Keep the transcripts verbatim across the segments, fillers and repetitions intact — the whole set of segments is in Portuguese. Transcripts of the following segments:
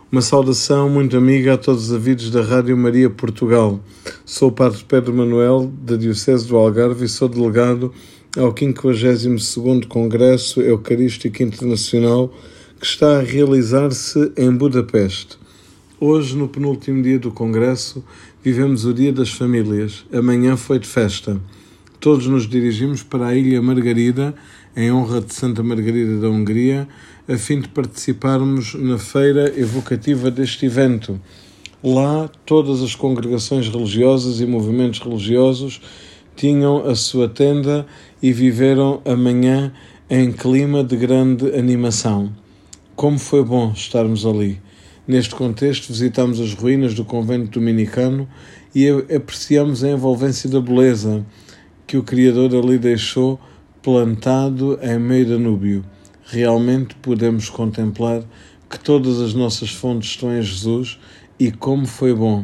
Uma saudação muito amiga a todos os ouvintes da Rádio Maria Portugal. Sou o Padre Pedro Manuel, da Diocese do Algarve, e sou delegado ao quinquagésimo segundo Congresso Eucarístico Internacional, que está a realizar-se em Budapeste. Hoje, no penúltimo dia do Congresso, vivemos o Dia das Famílias. Amanhã foi de festa. Todos nos dirigimos para a Ilha Margarida, em honra de Santa Margarida da Hungria, a fim de participarmos na feira evocativa deste evento. Lá, todas as congregações religiosas e movimentos religiosos tinham a sua tenda e viveram a manhã em clima de grande animação. Como foi bom estarmos ali. Neste contexto, visitamos as ruínas do convento dominicano e apreciamos a envolvência da beleza que o Criador ali deixou plantado em meio Danúbio. Realmente podemos contemplar que todas as nossas fontes estão em Jesus e como foi bom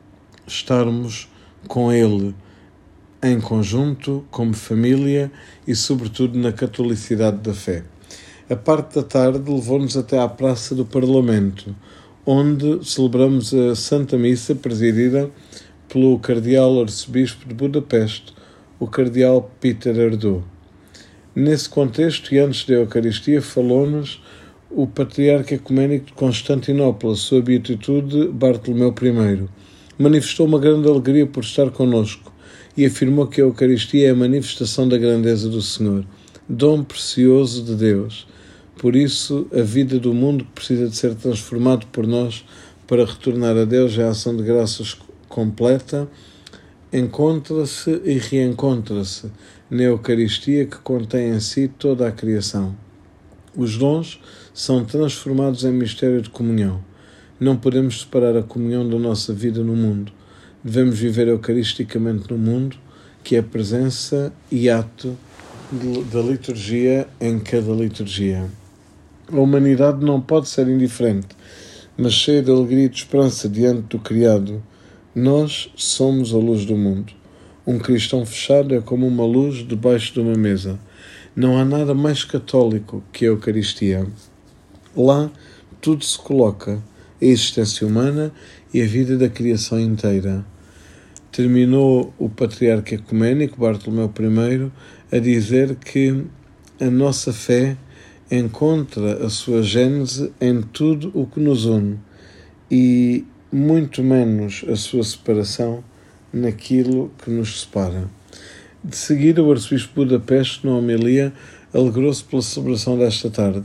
estarmos com Ele em conjunto, como família e sobretudo na catolicidade da fé. A parte da tarde levou-nos até à Praça do Parlamento, onde celebramos a Santa Missa presidida pelo Cardeal Arcebispo de Budapeste, o Cardeal Péter Erdő. Nesse contexto, e antes da Eucaristia, falou-nos o Patriarca Ecuménico de Constantinopla, sua Beatitude Bartolomeu I. Manifestou uma grande alegria por estar conosco e afirmou que a Eucaristia é a manifestação da grandeza do Senhor, dom precioso de Deus. Por isso, a vida do mundo que precisa de ser transformado por nós para retornar a Deus é a ação de graças completa, encontra-se e reencontra-se na Eucaristia, que contém em si toda a criação. Os dons são transformados em mistério de comunhão. Não podemos separar a comunhão da nossa vida no mundo. Devemos viver eucaristicamente no mundo, que é presença e ato de, da liturgia em cada liturgia. A humanidade não pode ser indiferente, mas cheia de alegria e de esperança diante do criado. Nós somos a luz do mundo. Um cristão fechado é como uma luz debaixo de uma mesa. Não há nada mais católico que a Eucaristia. Lá tudo se coloca, a existência humana e a vida da criação inteira. Terminou o Patriarca Ecuménico, Bartolomeu I, a dizer que a nossa fé encontra a sua gênese em tudo o que nos une e muito menos a sua separação naquilo que nos separa. De seguida, o arcebispo de Budapeste, na homilia, alegrou-se pela celebração desta tarde.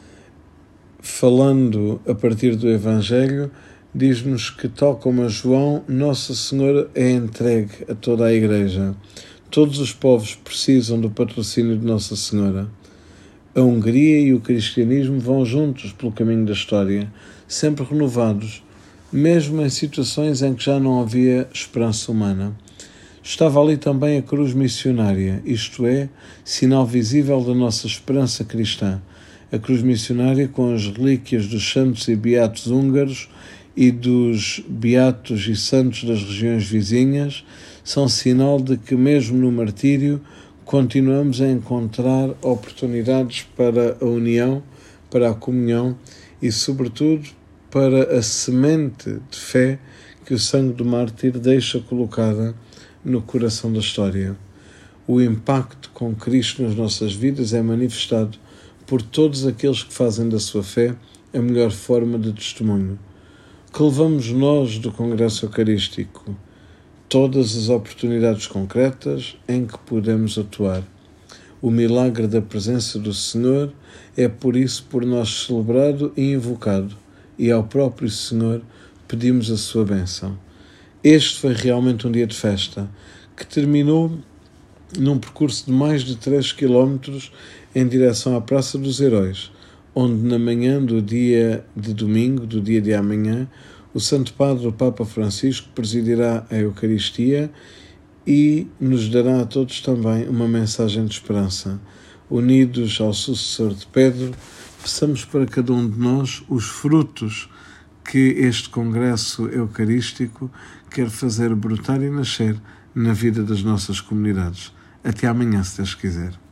Falando a partir do Evangelho, diz-nos que, tal como a João, Nossa Senhora é entregue a toda a Igreja. Todos os povos precisam do patrocínio de Nossa Senhora. A Hungria e o cristianismo vão juntos pelo caminho da história, sempre renovados, mesmo em situações em que já não havia esperança humana. Estava ali também a cruz missionária, isto é, sinal visível da nossa esperança cristã. A cruz missionária com as relíquias dos santos e beatos húngaros e dos beatos e santos das regiões vizinhas são sinal de que, mesmo no martírio, continuamos a encontrar oportunidades para a união, para a comunhão e, sobretudo, para a semente de fé que o sangue do mártir deixa colocada no coração da história. O impacto com Cristo nas nossas vidas é manifestado por todos aqueles que fazem da sua fé a melhor forma de testemunho. Que levamos nós do Congresso Eucarístico? Todas as oportunidades concretas em que podemos atuar. O milagre da presença do Senhor é por isso por nós celebrado e invocado, e ao próprio Senhor pedimos a sua bênção. Este foi realmente um dia de festa, que terminou num percurso de mais de três quilómetros em direção à Praça dos Heróis, onde na manhã do dia de domingo, do dia de amanhã, o Santo Padre, o Papa Francisco, presidirá a Eucaristia e nos dará a todos também uma mensagem de esperança. Unidos ao sucessor de Pedro, peçamos para cada um de nós os frutos que este Congresso Eucarístico quer fazer brotar e nascer na vida das nossas comunidades. Até amanhã, se Deus quiser.